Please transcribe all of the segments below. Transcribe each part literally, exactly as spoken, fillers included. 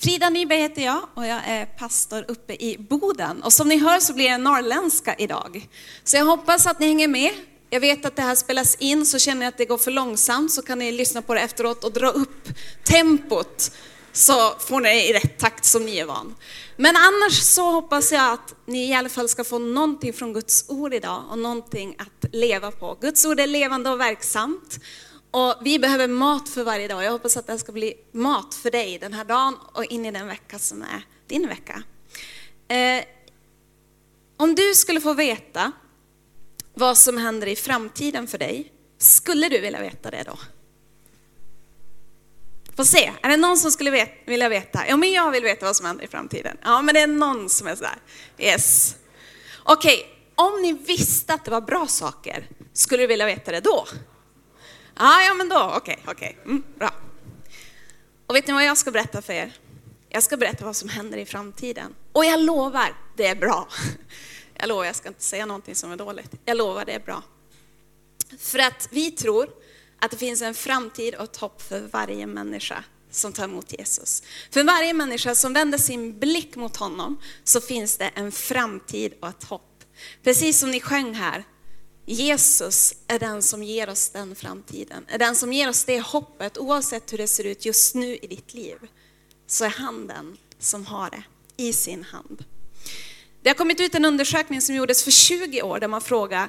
Frida Nyberg heter jag och jag är pastor uppe i Boden. Och som ni hör så blir det norrländska idag. Så jag hoppas att ni hänger med. Jag vet att det här spelas in, så känner jag att det går för långsamt så kan ni lyssna på det efteråt och dra upp tempot. Så får ni i rätt takt som ni är van. Men annars så hoppas jag att ni i alla fall ska få någonting från Guds ord idag och någonting att leva på. Guds ord är levande och verksamt. Och vi behöver mat för varje dag. Jag hoppas att det ska bli mat för dig den här dagen och in i den vecka som är din vecka. Eh, om du skulle få veta vad som händer i framtiden för dig, skulle du vilja veta det då? Få se, är det någon som skulle vet, vilja veta? Ja, men jag vill veta vad som händer i framtiden. Ja, men det är någon som är sådär. Yes. Okej, okay, om ni visste att det var bra saker, skulle du vilja veta det då? Ah, ja, men då, okej, okay, okej, okay. mm, bra. Och vet ni vad jag ska berätta för er? Jag ska berätta vad som händer i framtiden. Och jag lovar, det är bra. Jag lovar, jag ska inte säga någonting som är dåligt. Jag lovar, det är bra. För att vi tror att det finns en framtid och ett hopp för varje människa som tar emot Jesus. För varje människa som vänder sin blick mot honom så finns det en framtid och ett hopp. Precis som ni sjöng här. Jesus är den som ger oss den framtiden. Är den som ger oss det hoppet oavsett hur det ser ut just nu i ditt liv. Så är han den som har det i sin hand. Det har kommit ut en undersökning som gjordes för tjugo år där man frågar: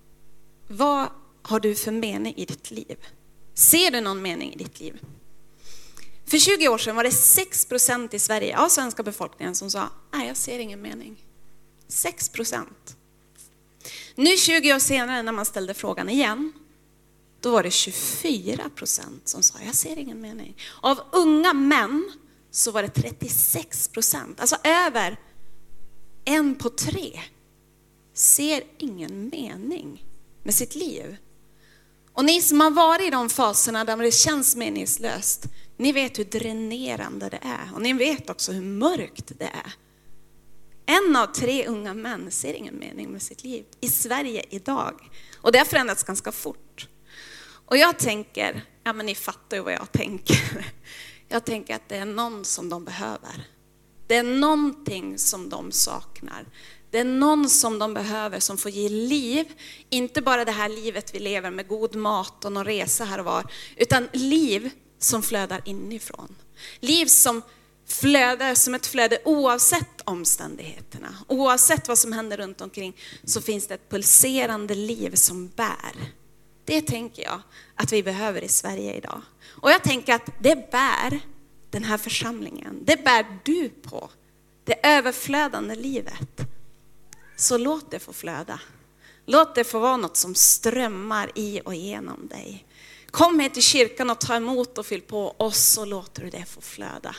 vad har du för mening i ditt liv? Ser du någon mening i ditt liv? För tjugo år sedan var det sex procent i Sverige av svenska befolkningen som sa: nej, jag ser ingen mening. sex procent. Nu tjugo år senare när man ställde frågan igen, då var det tjugofyra procent som sa: jag ser ingen mening. Av unga män så var det trettiosex procent. Alltså över en på tre ser ingen mening med sitt liv. Och ni som har varit i de faserna där det känns meningslöst, ni vet hur dränerande det är. Och ni vet också hur mörkt det är. En av tre unga män ser ingen mening med sitt liv i Sverige idag. Och det har förändrats ganska fort. Och jag tänker, ja men ni fattar ju vad jag tänker. Jag tänker att det är någon som de behöver. Det är någonting som de saknar. Det är någon som de behöver som får ge liv. Inte bara det här livet vi lever med god mat och någon resa här och var. Utan liv som flödar inifrån. Liv som flödar som ett flöde oavsett omständigheterna. Oavsett vad som händer runt omkring så finns det ett pulserande liv som bär. Det tänker jag att vi behöver i Sverige idag. Och jag tänker att det bär den här församlingen. Det bär du på. Det överflödande livet. Så låt det få flöda. Låt det få vara något som strömmar i och genom dig. Kom här till kyrkan och ta emot och fyll på oss och låter du det få flöda.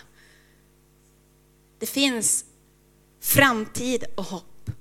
Det finns framtid och hopp.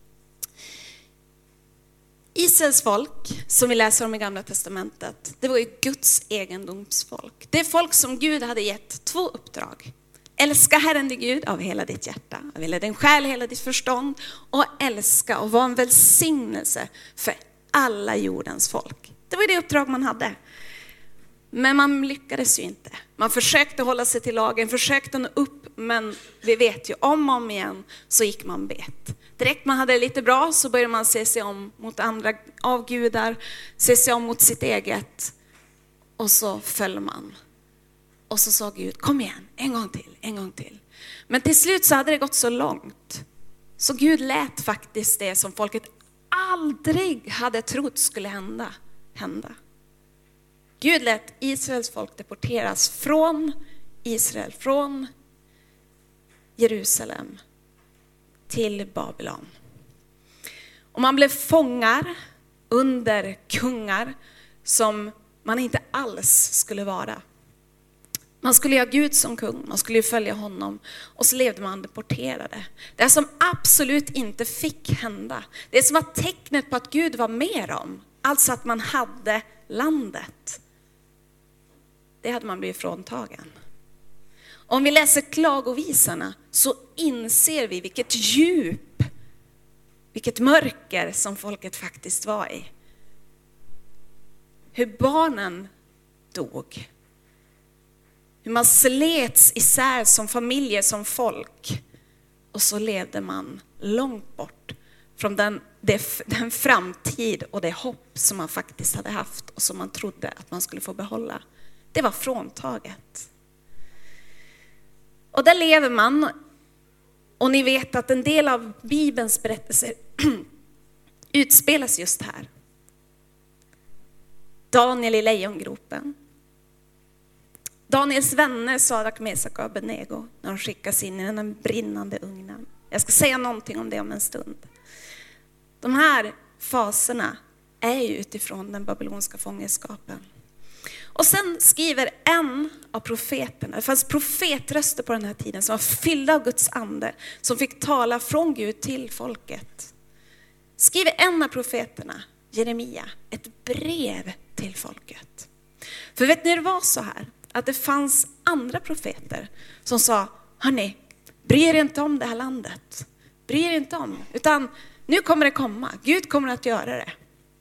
Israels folk, som vi läser om i Gamla testamentet, det var ju Guds egendomsfolk. Det är folk som Gud hade gett två uppdrag. Älska Herren din Gud av hela ditt hjärta, av hela din själ, hela ditt förstånd. Och älska och vara en välsignelse för alla jordens folk. Det var det uppdrag man hade. Men man lyckades ju inte. Man försökte hålla sig till lagen, försökte nå upp, men vi vet ju om och om igen så gick man bet. Direkt man hade det lite bra så började man se sig om mot andra avgudar, se sig om mot sitt eget. Och så föll man. Och så sa Gud, kom igen, en gång till, en gång till. Men till slut så hade det gått så långt. Så Gud lät faktiskt det som folket aldrig hade trott skulle hända, hända. Gud lät Israels folk deporteras från Israel, från Jerusalem till Babylon. Och man blev fångar under kungar som man inte alls skulle vara. Man skulle ha Gud som kung, man skulle följa honom och så levde man deporterade. Det som absolut inte fick hända. Det som var tecknet på att Gud var med dem, alltså att man hade landet. Det hade man blivit fråntagen. Om vi läser klagovisarna så inser vi vilket djup, vilket mörker som folket faktiskt var i. Hur barnen dog. Hur man slets isär som familjer, som folk. Och så levde man långt bort från den, den framtid och det hopp som man faktiskt hade haft och som man trodde att man skulle få behålla. Det var fråntaget. Och där lever man. Och ni vet att en del av Bibelns berättelser utspelas just här. Daniel i lejongropen. Daniels vänner Sadrak, Mesak och Abednego när de skickas in i den brinnande ugnen. Jag ska säga någonting om det om en stund. De här faserna är ju utifrån den babylonska fångenskapen. Och sen skriver en av profeterna, det fanns profetröster på den här tiden som var fyllda av Guds ande, som fick tala från Gud till folket. Skriver en av profeterna, Jeremia, ett brev till folket. För vet ni, det var så här att det fanns andra profeter som sa, hörni, bry er inte om det här landet. Bry er inte om, utan nu kommer det komma. Gud kommer att göra det.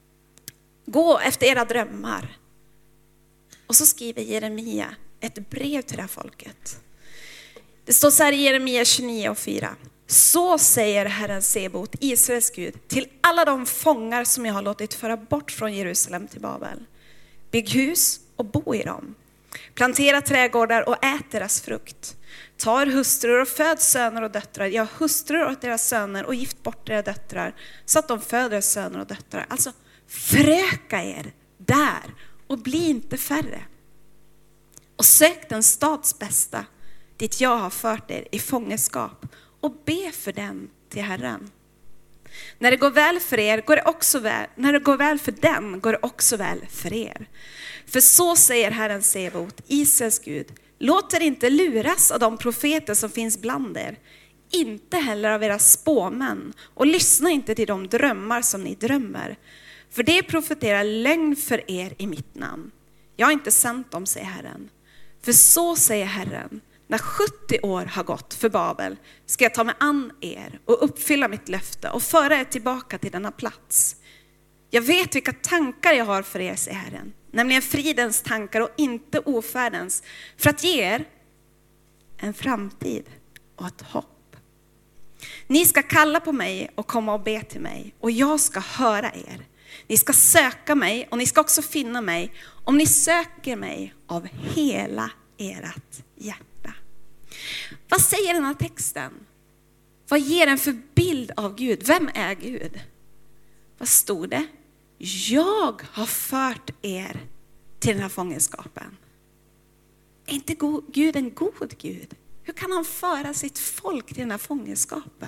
Gå efter era drömmar. Och så skriver Jeremia ett brev till det här folket. Det står så här i Jeremia tjugonio och fyra. Så säger Herren Sebot, Israels Gud, till alla de fångar som jag har låtit föra bort från Jerusalem till Babel. Bygg hus och bo i dem. Plantera trädgårdar och ät deras frukt. Ta er hustrur och föd söner och döttrar. Ja, hustrur åt deras söner och gift bort deras döttrar så att de föder söner och döttrar. Alltså, föröka er där och bli inte färre. Och sök den stads bästa dit jag har fört er i fångenskap och be för den till Herren. När det går väl för er går det också väl, när det går väl för den går det också väl för er. För så säger Herren Sebot, Israels Gud, låt er inte luras av de profeter som finns bland er, inte heller av era spåmän, och lyssna inte till de drömmar som ni drömmer. För det profeterar lögn för er i mitt namn. Jag har inte sänt dem, säger Herren. För så säger Herren, när sjuttio år har gått för Babel ska jag ta mig an er och uppfylla mitt löfte och föra er tillbaka till denna plats. Jag vet vilka tankar jag har för er, säger Herren, nämligen fridens tankar och inte ofärdens, för att ge er en framtid och ett hopp. Ni ska kalla på mig och komma och be till mig, och jag ska höra er. Ni ska söka mig och ni ska också finna mig om ni söker mig av hela ert hjärta. Vad säger den här texten? Vad ger den för bild av Gud? Vem är Gud? Vad stod det? Jag har fört er till den här fångenskapen. Är inte Gud en god Gud? Hur kan han föra sitt folk till den här fångenskapen?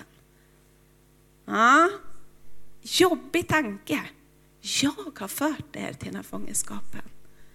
Ja, jobbig tanke. Jag har fört er till den här fångenskapen.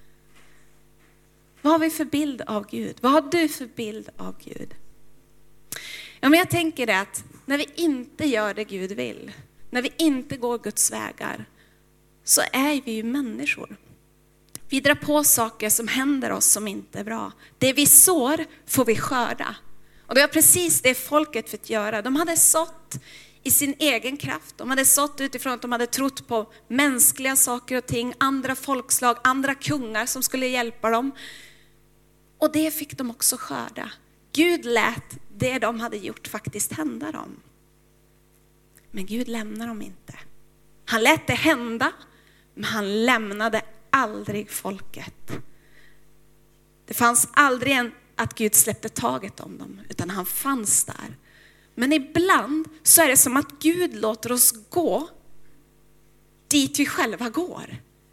Vad har vi för bild av Gud? Vad har du för bild av Gud? Ja, men jag tänker det att när vi inte gör det Gud vill, när vi inte går Guds vägar, så är vi ju människor. Vi drar på saker som händer oss som inte är bra. Det vi sår får vi skörda. Och det var precis det folket fick göra. De hade sått i sin egen kraft. De hade sått utifrån att de hade trott på mänskliga saker och ting. Andra folkslag, andra kungar som skulle hjälpa dem. Och det fick de också skörda. Gud lät det de hade gjort faktiskt hända dem. Men Gud lämnar dem inte. Han lät det hända, men han lämnade aldrig folket. Det fanns aldrig en att Gud släppte taget om dem, utan han fanns där. Men ibland så är det som att Gud låter oss gå dit vi själva går.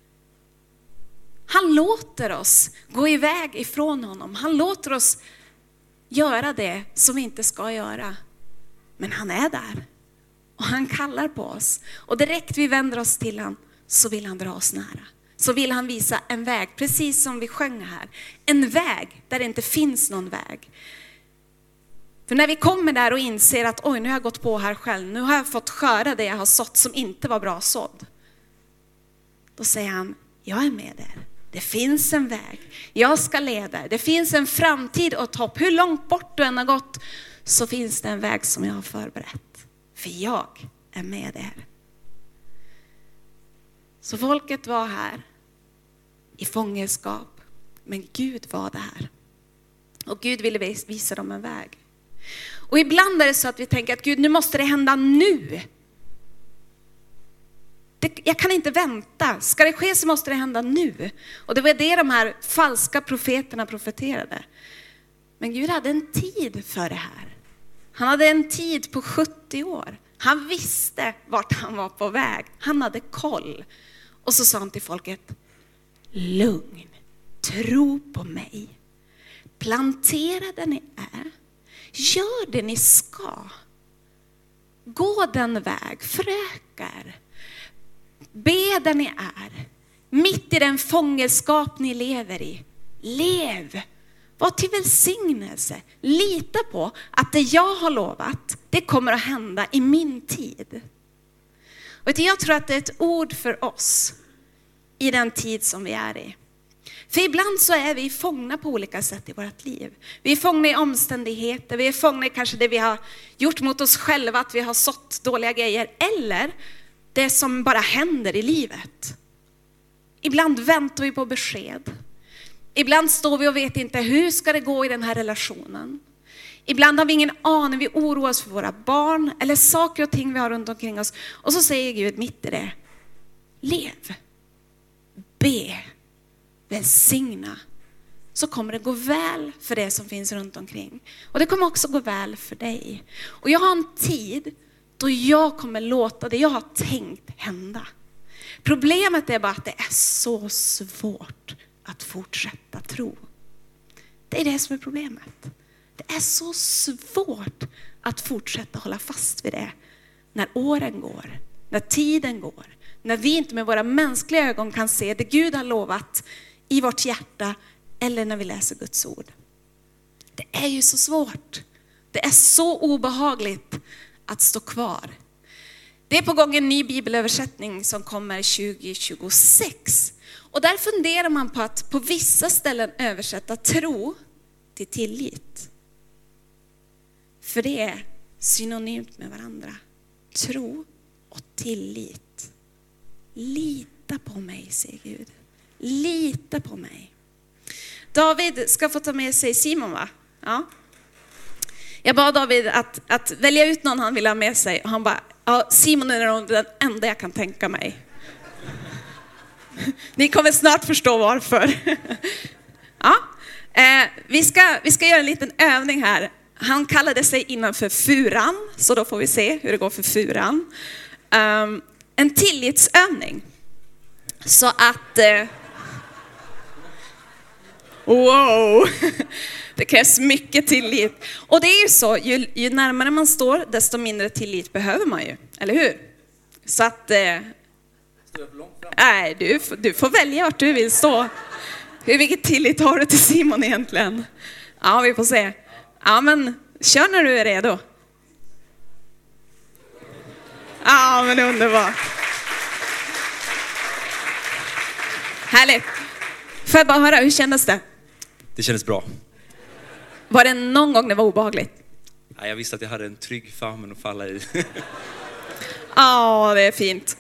Han låter oss gå iväg ifrån honom. Han låter oss göra det som vi inte ska göra. Men han är där. Och han kallar på oss. Och direkt vi vänder oss till honom så vill han dra oss nära. Så vill han visa en väg, precis som vi sjöng här. En väg där det inte finns någon väg. För när vi kommer där och inser att oj, nu har jag gått på här själv. Nu har jag fått skörda det jag har sått som inte var bra sådd. Då säger han, jag är med er. Det finns en väg. Jag ska leda er. Det finns en framtid och ett hopp. Hur långt bort du än har gått så finns det en väg som jag har förberett. För jag är med er. Så folket var här i fångenskap. Men Gud var där. Och Gud ville visa dem en väg. Och ibland är det så att vi tänker att Gud, nu måste det hända nu. Det, jag kan inte vänta. Ska det ske så måste det hända nu. Och det var det de här falska profeterna profeterade. Men Gud hade en tid för det här. Han hade en tid på sjuttio år. Han visste vart han var på väg. Han hade koll. Och så sa han till folket, lugn, tro på mig. Plantera där ni är. Gör det ni ska. Gå den väg, frökar. Be där ni är. Mitt i den fångenskap ni lever i. Lev. Var till välsignelse. Lita på att det jag har lovat, det kommer att hända i min tid. Och jag tror att det är ett ord för oss i den tid som vi är i. För ibland så är vi fångna på olika sätt i vårt liv. Vi är fångna i omständigheter. Vi är fångna i kanske det vi har gjort mot oss själva. Att vi har sått dåliga grejer. Eller det som bara händer i livet. Ibland väntar vi på besked. Ibland står vi och vet inte hur ska det gå i den här relationen. Ibland har vi ingen aning. Vi oroar oss för våra barn. Eller saker och ting vi har runt omkring oss. Och så säger Gud mitt i det. Lev. Be. Välsigna, så kommer det gå väl för det som finns runt omkring. Och det kommer också gå väl för dig. Och jag har en tid då jag kommer låta det jag har tänkt hända. Problemet är bara att det är så svårt att fortsätta tro. Det är det som är problemet. Det är så svårt att fortsätta hålla fast vid det när åren går, när tiden går, när vi inte med våra mänskliga ögon kan se det Gud har lovat i vårt hjärta eller när vi läser Guds ord. Det är ju så svårt. Det är så obehagligt att stå kvar. Det är på gång en ny bibelöversättning som kommer tjugo tjugosex. Och där funderar man på att på vissa ställen översätta tro till tillit. För det är synonymt med varandra. Tro och tillit. Lita på mig, säger Gud. Lita på mig. David ska få ta med sig Simon, va? Ja. Jag bad David att, att välja ut någon han vill ha med sig. Och han bara, ja, Simon är nog den enda jag kan tänka mig. Ni kommer snart förstå varför. Ja. Eh, vi, ska, vi ska göra en liten övning här. Han kallade sig innan för Furan. Så då får vi se hur det går för Furan. Um, en tillitsövning. Så att... Eh, wow! Det krävs mycket tillit. Och det är ju så, ju, ju närmare man står, desto mindre tillit behöver man ju. Eller hur? Så att... Eh, nej, du, du får välja vart du vill stå. Hur mycket tillit har du till Simon egentligen? Ja, vi får se. Ja, men kör när du är redo. Ja, men underbart. Härligt. Får jag bara höra, hur kändes det? Det kändes bra. Var det någon gång det var obehagligt? Ja, jag visste att jag hade en trygg famn att falla i. Ja, det är fint.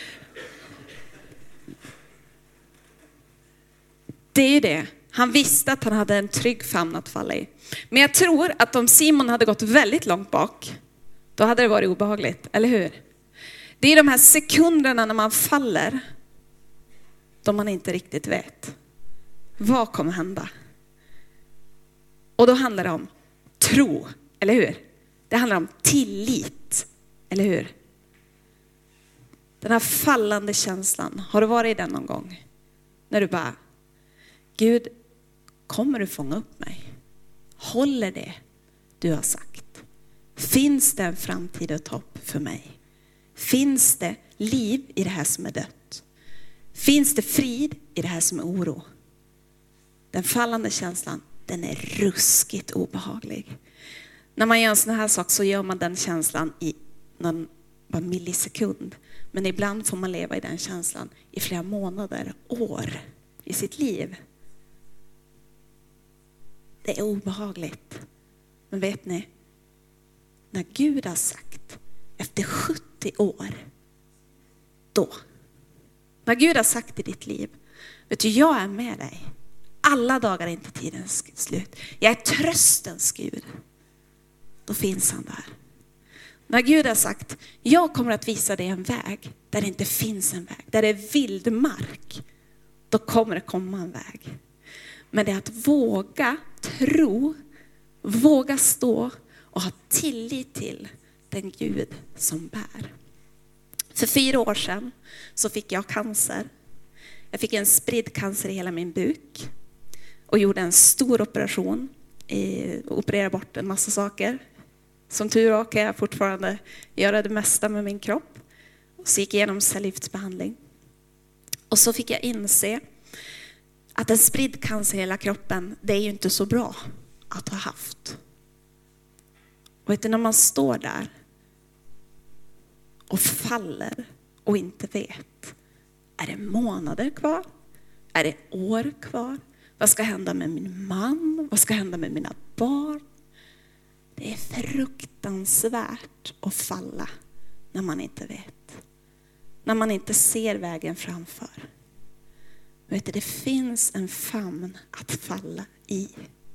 Det är ju det. Han visste att han hade en trygg famn att falla i. Men jag tror att om Simon hade gått väldigt långt bak, då hade det varit obehagligt, eller hur? Det är de här sekunderna när man faller, då man inte riktigt vet. Vad kommer hända? Och då handlar det om tro, eller hur? Det handlar om tillit, eller hur? Den här fallande känslan, har du varit i den någon gång? När du bara, Gud, kommer du fånga upp mig? Håller det du har sagt? Finns det en framtid och hopp för mig? Finns det liv i det här som är dött? Finns det frid i det här som är oro? Den fallande känslan, den är ruskigt obehaglig. När man gör en sån här sak så gör man den känslan i någon bara millisekund. Men ibland får man leva i den känslan i flera månader, år i sitt liv. Det är obehagligt. Men vet ni, när Gud har sagt efter sjuttio år, då, när Gud har sagt i ditt liv, vet du, jag är med dig alla dagar inte tidens slut. Jag är tröstens Gud. Då finns han där. När Gud har sagt, jag kommer att visa dig en väg där det inte finns en väg, där det är vildmark, då kommer det komma en väg. Men det är att våga tro, våga stå och ha tillit till den Gud som bär. För fyra år sedan så fick jag cancer. Jag fick en spridd cancer i hela min buk och gjorde en stor operation. Och opererade bort en massa saker. Som tur var kan jag fortfarande göra det mesta med min kropp. Och så gick jag igenom cellgiftsbehandling. Och så fick jag inse att en spridd cancer i hela kroppen, det är ju inte så bra att ha haft. Och vet du, när man står där och faller och inte vet. Är det månader kvar? Är det år kvar? Vad ska hända med min man? Vad ska hända med mina barn? Det är fruktansvärt att falla när man inte vet. När man inte ser vägen framför. Vet du, det finns en famn att falla i.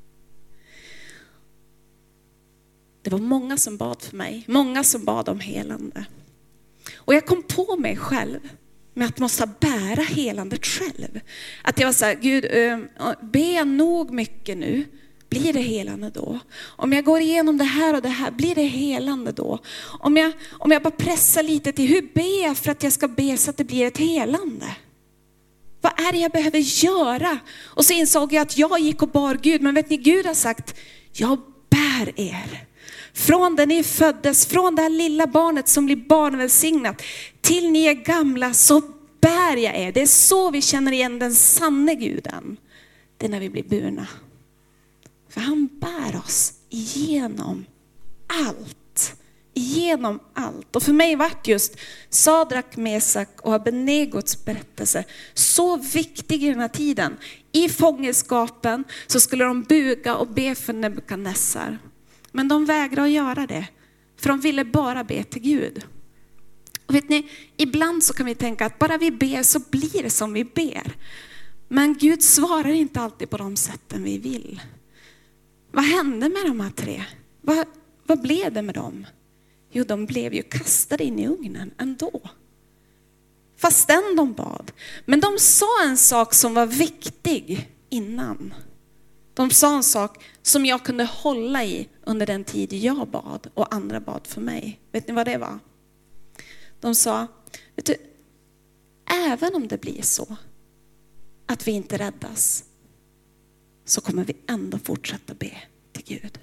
Det var många som bad för mig. Många som bad om helande. Och jag kom på mig själv med att måste bära helandet själv. Att jag var så här, Gud, be jag nog mycket nu, blir det helande då? Om jag går igenom det här och det här, blir det helande då? Om jag, om jag bara pressar lite till, hur ber jag för att jag ska be så att det blir ett helande? Vad är det jag behöver göra? Och så insåg jag att jag gick och bar Gud, men vet ni, Gud har sagt, jag bär er. Från där ni föddes, från det här lilla barnet som blir barnvälsignat, till ni är gamla så bär jag er. Det är så vi känner igen den sanne Guden. Det är när vi blir burna. För han bär oss igenom allt. Igenom allt. Och för mig var just Sadrak, Mesak och Abednegots berättelse så viktig i den här tiden. I fångenskapen så skulle de buga och be för Nebukadnessar. Men de vägrade att göra det. För de ville bara be till Gud. Och vet ni, ibland så kan vi tänka att bara vi ber så blir det som vi ber. Men Gud svarar inte alltid på de sätten vi vill. Vad hände med de här tre? Vad, vad blev det med dem? Jo, de blev ju kastade in i ugnen ändå. Fastän de bad. Men de sa en sak som var viktig innan. De sa en sak som jag kunde hålla i under den tid jag bad och andra bad för mig. Vet ni vad det var? De sa, vet du, även om det blir så att vi inte räddas, så kommer vi ändå fortsätta be till Gud.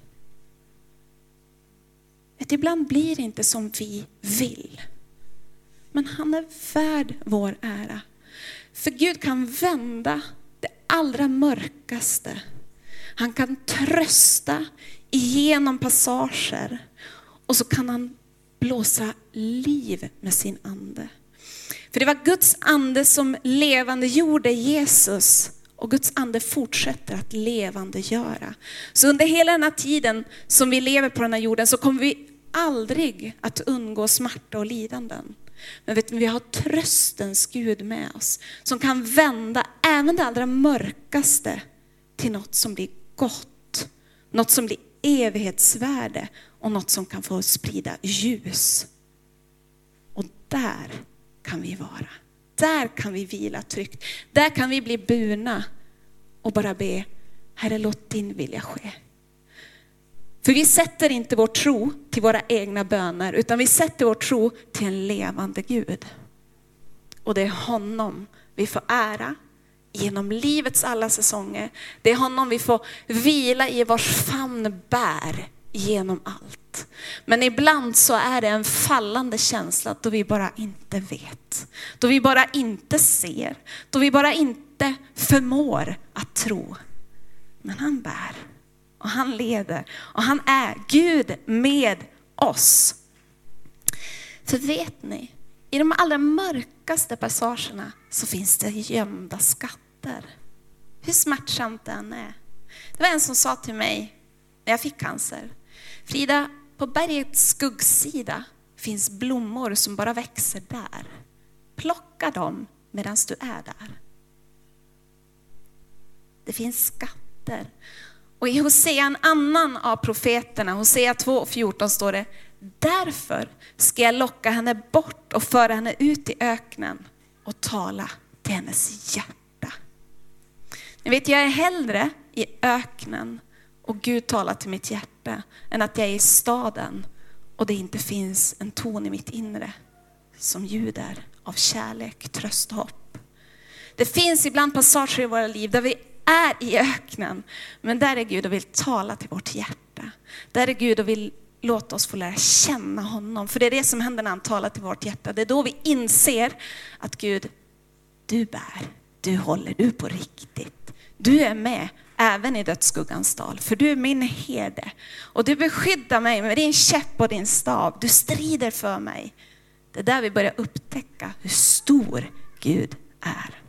Vet du, ibland blir det inte som vi vill. Men han är värd vår ära. För Gud kan vända det allra mörkaste. Han kan trösta igenom passager. Och så kan han blåsa liv med sin ande. För det var Guds ande som levande gjorde Jesus. Och Guds ande fortsätter att levande göra. Så under hela den här tiden som vi lever på den här jorden så kommer vi aldrig att undgå smärta och lidanden. Men vet ni, vi har tröstens Gud med oss. Som kan vända även det allra mörkaste till något som blir gott. Något som blir evighetsvärde. Och något som kan få sprida ljus. Och där kan vi vara. Där kan vi vila tryggt. Där kan vi bli burna. Och bara be, Herre, låt din vilja ske. För vi sätter inte vår tro till våra egna böner. Utan vi sätter vår tro till en levande Gud. Och det är honom vi får ära. Genom livets alla säsonger. Det är honom vi får vila i, vars famn bär genom allt. Men ibland så är det en fallande känsla då vi bara inte vet. Då vi bara inte ser. Då vi bara inte förmår att tro. Men han bär. Och han leder. Och han är Gud med oss. För vet ni, i de allra mörkaste passagerna så finns det gömda skatter. Hur smärtsamt den är. Det var en som sa till mig när jag fick cancer. Frida, på bergets skuggsida finns blommor som bara växer där. Plocka dem medan du är där. Det finns skatter. Och i Hosea, en annan av profeterna, Hosea två fjorton står det: därför ska jag locka henne bort och föra henne ut i öknen och tala till hennes hjärta. Ni vet, jag är hellre i öknen och Gud talar till mitt hjärta än att jag är i staden och det inte finns en ton i mitt inre som ljuder av kärlek, tröst och hopp. Det finns ibland passager i våra liv där vi är i öknen, men där är Gud och vill tala till vårt hjärta. Där är Gud och vill låta oss få lära känna honom. För det är det som händer när han talar till vårt hjärta. Det är då vi inser att Gud, du bär, du håller, du på riktigt. Du är med även i dödsskuggans dal, för du är min herde. Och du beskyddar mig med din käpp och din stav. Du strider för mig. Det är där vi börjar upptäcka hur stor Gud är.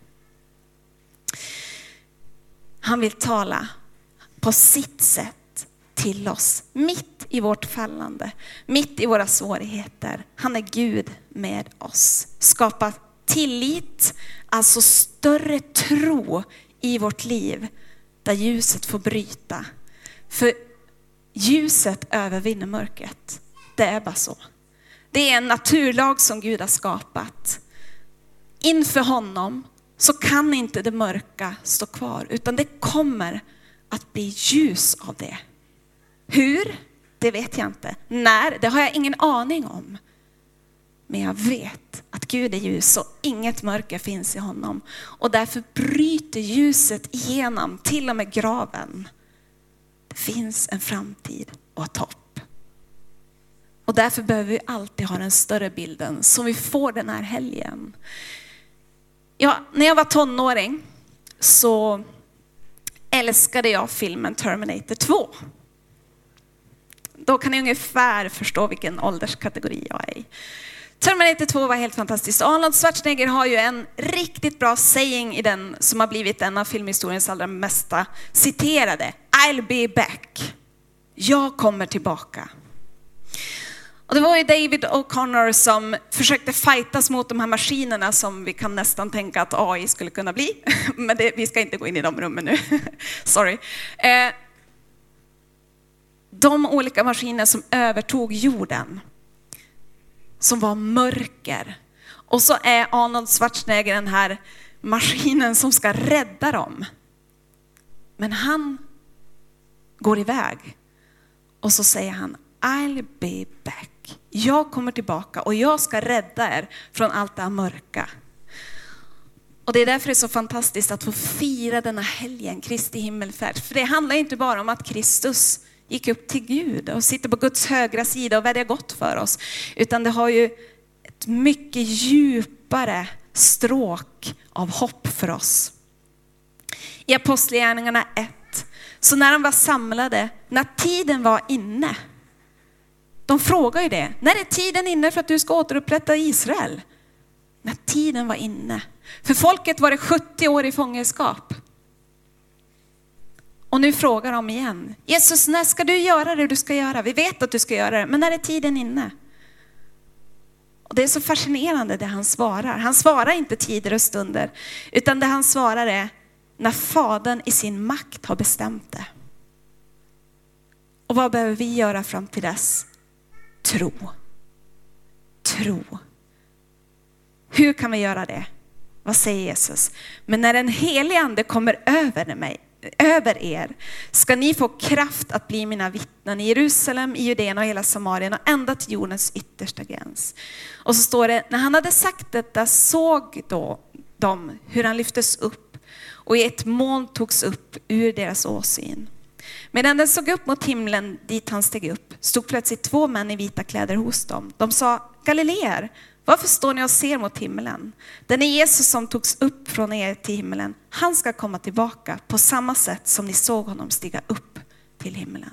Han vill tala på sitt sätt till oss. Mitt i vårt fallande. Mitt i våra svårigheter. Han är Gud med oss. Skapa tillit. Alltså större tro i vårt liv. Där ljuset får bryta. För ljuset övervinner mörkret. Det är bara så. Det är en naturlag som Gud har skapat. Inför honom så kan inte det mörka stå kvar, utan det kommer att bli ljus av det. Hur? Det vet jag inte. När? Det har jag ingen aning om. Men jag vet att Gud är ljus och inget mörker finns i honom. Och därför bryter ljuset igenom till och med graven. Det finns en framtid och ett hopp. Och därför behöver vi alltid ha den större bilden som vi får den här helgen. Ja, när jag var tonåring så älskade jag filmen Terminator två. Då kan ni ungefär förstå vilken ålderskategori jag är i. Terminator två var helt fantastiskt. Arnold Schwarzenegger har ju en riktigt bra saying i den som har blivit en av filmhistoriens allra mesta citerade. I'll be back. Jag kommer tillbaka. Och det var ju David O'Connor som försökte fightas mot de här maskinerna som vi kan nästan tänka att A I skulle kunna bli. Men det, vi ska inte gå in i de rummen nu. Sorry. Eh, de olika maskiner som övertog jorden. Som var mörker. Och så är Arnold Schwarzenegger den här maskinen som ska rädda dem. Men han går iväg. Och så säger han, I'll be back. Jag kommer tillbaka och jag ska rädda er från allt det här mörka. Och det är därför det är så fantastiskt att få fira denna helgen, Kristi himmelfärd. För det handlar inte bara om att Kristus gick upp till Gud och sitter på Guds högra sida och vädjar gott för oss. Utan det har ju ett mycket djupare stråk av hopp för oss. I Apostlagärningarna ett. Så när de var samlade, när tiden var inne. De frågar ju det. När är tiden inne för att du ska återupprätta Israel? När tiden var inne. För folket var det sjuttio år i fångenskap. Och nu frågar de igen. Jesus, när ska du göra det du ska göra? Vi vet att du ska göra det, men när är tiden inne? Och det är så fascinerande det han svarar. Han svarar inte tider och stunder. Utan det han svarar är när Fadern i sin makt har bestämt det. Och vad behöver vi göra fram till dess? Tro. Tro. Hur kan vi göra det? Vad säger Jesus? Men när den helige ande kommer över mig, över er, ska ni få kraft att bli mina vittnen i Jerusalem, i Judeen och hela Samarien och ända till jordens yttersta gräns. Och så står det, när han hade sagt detta såg då de hur han lyftes upp och i ett moln togs upp ur deras åsyn. Medan den såg upp mot himlen dit han steg upp, stod plötsligt två män i vita kläder hos dem. De sa, Galileer, varför står ni och ser mot himlen? Den är Jesus som togs upp från er till himlen. Han ska komma tillbaka på samma sätt som ni såg honom stiga upp till himlen.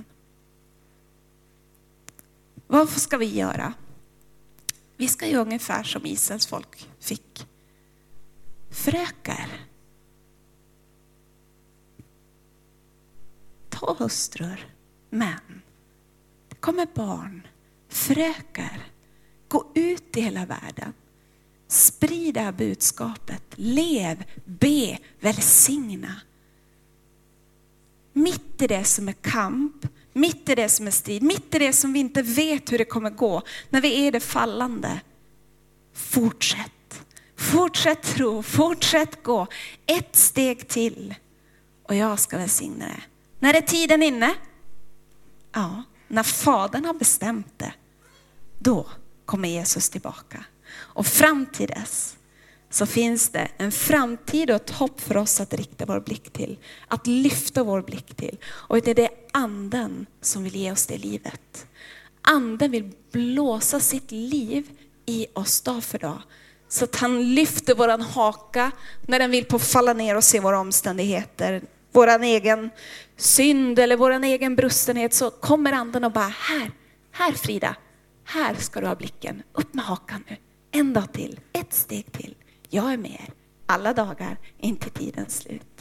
Vad ska vi göra? Vi ska göra ungefär som Israels folk fick. Frökar. Ta hustrur, män. Det kommer barn. Frökar. Gå ut i hela världen. Sprid det här budskapet. Lev, be, välsigna. mitt i det som är kamp, mitt i det som är strid, mitt i det som vi inte vet hur det kommer gå, när vi är i det fallande, fortsätt. Fortsätt tro, fortsätt gå ett steg till och jag ska välsigna det. När är tiden inne? Ja, när Fadern har bestämt det, då kommer Jesus tillbaka. Och fram till dess så finns det en framtid och ett hopp för oss att rikta vår blick till. Att lyfta vår blick till. Och det är det anden som vill ge oss det livet. Anden vill blåsa sitt liv i oss dag för dag. Så att han lyfter våran haka när den vill på falla ner och se våra omständigheter. Våran egen synd eller våran egen brustenhet. Så kommer anden och bara, här, här Frida. Här ska du ha blicken. Upp med hakan nu. En dag till, ett steg till. Jag är med er alla dagar in till tidens slut.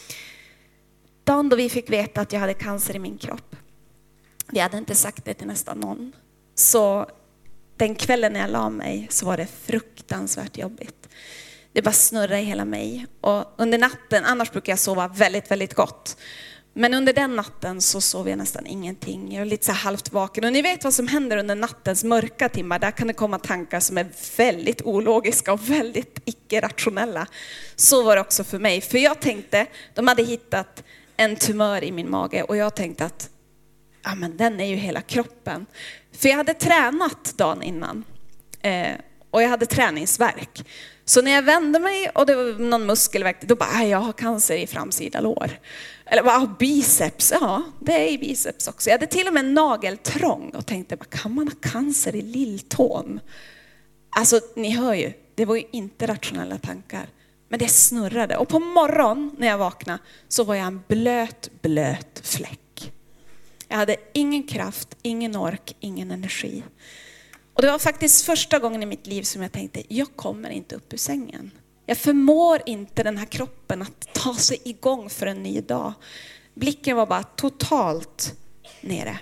Dagen då vi fick veta att jag hade cancer i min kropp. Vi hade inte sagt det till nästan någon. Så den kvällen när jag la mig så var det fruktansvärt jobbigt. Det bara snurrade i hela mig. Och under natten, annars brukar jag sova väldigt, väldigt gott. Men under den natten så sov jag nästan ingenting. Jag var lite så halvt vaken. Och ni vet vad som händer under nattens mörka timmar. Där kan det komma tankar som är väldigt ologiska och väldigt icke-rationella. Så var det också för mig. För jag tänkte, de hade hittat en tumör i min mage. Och jag tänkte att, ja men den är ju hela kroppen. För jag hade tränat dagen innan. Eh, och jag hade träningsvärk. Så när jag vände mig och det var någon muskelvärk, då bara, jag har cancer i framsida lår. Eller bara, biceps, ja det är i biceps också. Jag hade till och med nageltrång och tänkte, kan man ha cancer i lilltån? Alltså ni hör ju, det var ju inte rationella tankar. Men det snurrade. Och på morgon när jag vaknade så var jag en blöt, blöt fläck. Jag hade ingen kraft, ingen ork, ingen energi. Och det var faktiskt första gången i mitt liv som jag tänkte, jag kommer inte upp ur sängen. Jag förmår inte den här kroppen att ta sig igång för en ny dag. Blicken var bara totalt nere.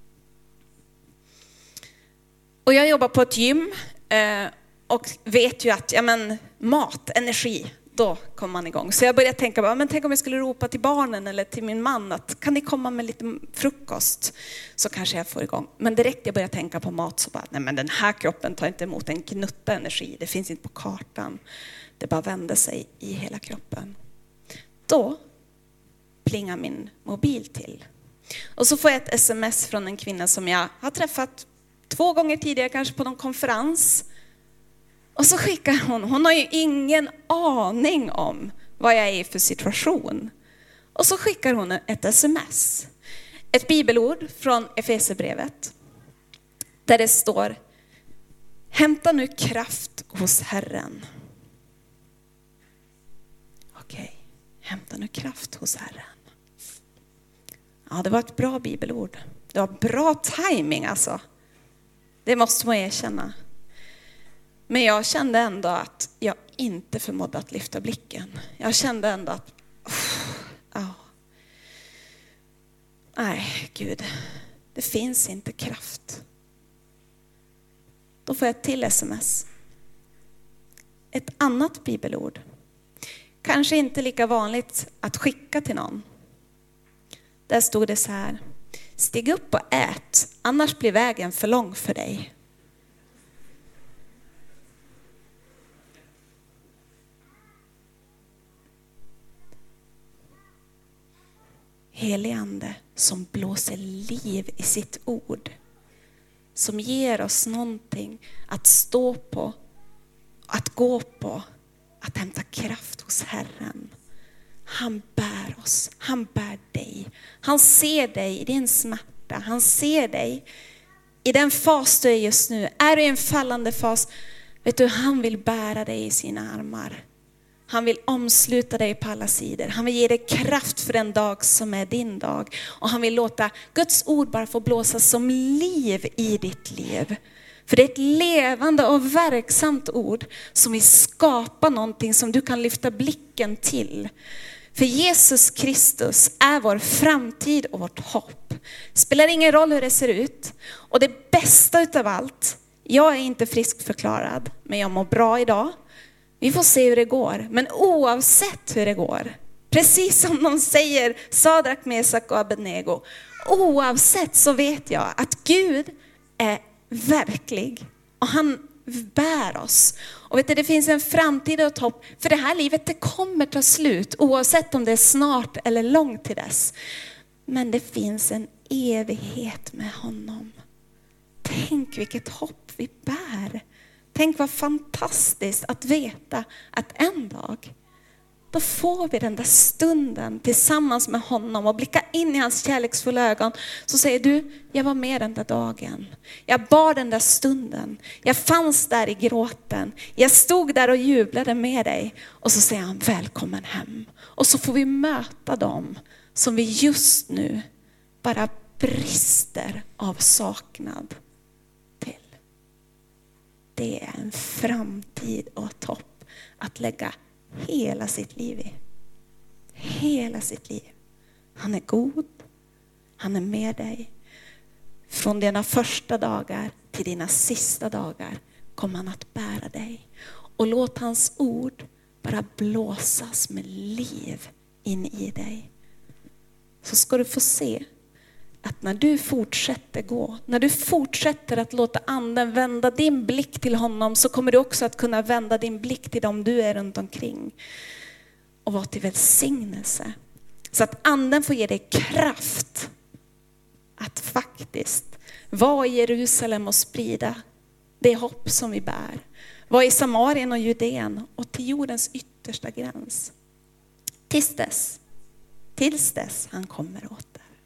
Och jag jobbar på ett gym och vet ju att ja, men, mat, energi, då kommer man igång. Så jag började tänka, men tänk om jag skulle ropa till barnen eller till min man att kan ni komma med lite frukost så kanske jag får igång. Men direkt jag började tänka på mat så bara, nej men den här kroppen tar inte emot en gnutta energi. Det finns inte på kartan. Det bara vände sig i hela kroppen. Då plingar min mobil till. Och så får jag ett sms från en kvinna som jag har träffat två gånger tidigare, kanske på någon konferens. Och så skickar hon, hon har ju ingen aning om vad jag är i för situation. Och så skickar hon ett sms. Ett bibelord från Efesierbrevet. Där det står, hämta nu kraft hos Herren. Okej, hämta nu kraft hos Herren. Ja, det var ett bra bibelord. Det var bra timing alltså. Det måste man erkänna. Men jag kände ändå att jag inte förmådde att lyfta blicken. Jag kände ändå att, ja. Nej, Gud, det finns inte kraft. Då får jag ett till sms. Ett annat bibelord. Kanske inte lika vanligt att skicka till någon. Där stod det så här. Stig upp och ät, annars blir vägen för lång för dig. Helig ande som blåser liv i sitt ord. Som ger oss någonting att stå på, att gå på, att hämta kraft hos Herren. Han bär oss, han bär dig. Han ser dig i din smärta, han ser dig i den fas du är just nu. Är du i en fallande fas, vet du, han vill bära dig i sina armar. Han vill omsluta dig på alla sidor. Han vill ge dig kraft för den dag som är din dag. Och han vill låta Guds ord bara få blåsa som liv i ditt liv. För det är ett levande och verksamt ord som vill skapa någonting som du kan lyfta blicken till. För Jesus Kristus är vår framtid och vårt hopp. Spelar ingen roll hur det ser ut. Och det bästa utav allt, jag är inte friskförklarad, men jag mår bra idag. Vi får se hur det går. Men oavsett hur det går Precis som de säger, Sadrak, Mesak och Abednego. Oavsett så vet jag att Gud är verklig. Och han bär oss. Och vet du, det finns en framtid och ett hopp. För det här livet, det kommer ta slut. Oavsett om det är snart eller långt till dess. Men det finns en evighet med honom. Tänk vilket hopp vi bär. Tänk vad fantastiskt att veta att en dag, då får vi den där stunden tillsammans med honom och blicka in i hans kärleksfulla ögon. Så säger du, jag var med den där dagen. Jag bar den där stunden. Jag fanns där i gråten. Jag stod där och jublade med dig. Och så säger han, välkommen hem. Och så får vi möta dem som vi just nu bara brister av saknad till. Det är en framtid och ett hopp att lägga hela sitt liv i. Hela sitt liv. Han är god. Han är med dig. Från dina första dagar till dina sista dagar kommer han att bära dig. Och låt hans ord bara blåsas med liv in i dig. Så ska du få se att när du fortsätter gå, när du fortsätter att låta anden vända din blick till honom, så kommer du också att kunna vända din blick till dem du är runt omkring. Och vara till välsignelse. Så att anden får ge dig kraft att faktiskt vara i Jerusalem och sprida det hopp som vi bär. Var i Samarien och Judeen och till jordens yttersta gräns. Tills dess, tills dess han kommer åter.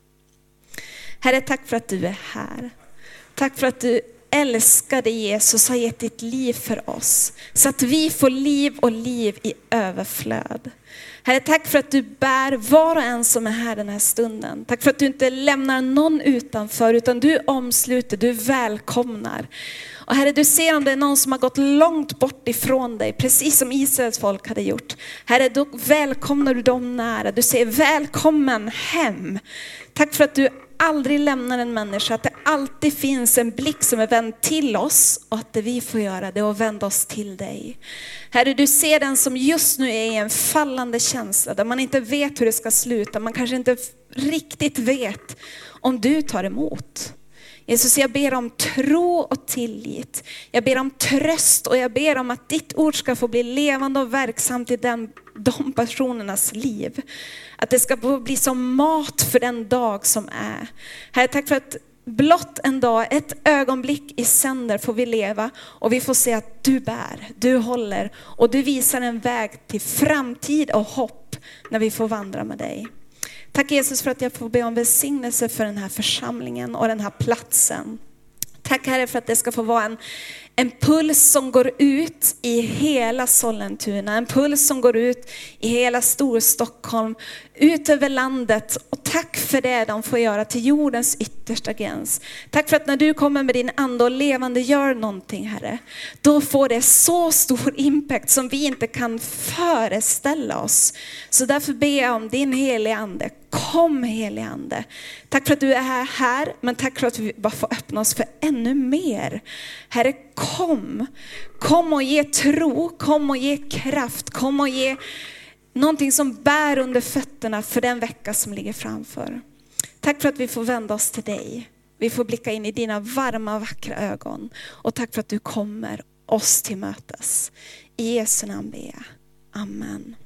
Herre, tack för att du är här. Tack för att du älskade Jesus, har gett ditt liv för oss. Så att vi får liv och liv i överflöd. Herre, tack för att du bär var och en som är här den här stunden. Tack för att du inte lämnar någon utanför, utan du omsluter, du välkomnar. Och Herre, du ser om det är någon som har gått långt bort ifrån dig, precis som Israels folk hade gjort. Herre, då välkomnar du dem nära. Du säger välkommen hem. Tack för att du aldrig lämnar en människa, att det alltid finns en blick som är vänd till oss och att det vi får göra det är att vända oss till dig. Herre, du ser den som just nu är i en fallande känsla där man inte vet hur det ska sluta. Man kanske inte riktigt vet om du tar emot. Jesus, jag ber om tro och tillit. Jag ber om tröst och jag ber om att ditt ord ska få bli levande och verksamt i den, de personernas liv. Att det ska få bli som mat för den dag som är. Herre, tack för att blott en dag, ett ögonblick i sänder får vi leva. Och vi får se att du bär, du håller och du visar en väg till framtid och hopp när vi får vandra med dig. Tack Jesus för att jag får be om välsignelse för den här församlingen och den här platsen. Tack Herre för att det ska få vara en, en puls som går ut i hela Sollentuna. En puls som går ut i hela Storstockholm, ut över landet. Och tack för det de får göra till jordens yttersta gräns. Tack för att när du kommer med din ande och levande gör någonting Herre, då får det så stor impact som vi inte kan föreställa oss. Så därför ber jag om din heliga ande. Kom heliga ande. Tack för att du är här, här, men tack för att vi bara får öppna oss för ännu mer. Herre, kom. Kom och ge tro, kom och ge kraft, kom och ge någonting som bär under fötterna för den vecka som ligger framför. Tack för att vi får vända oss till dig. Vi får blicka in i dina varma, vackra ögon. Och tack för att du kommer oss till mötes. I Jesu namn ber jag. Amen.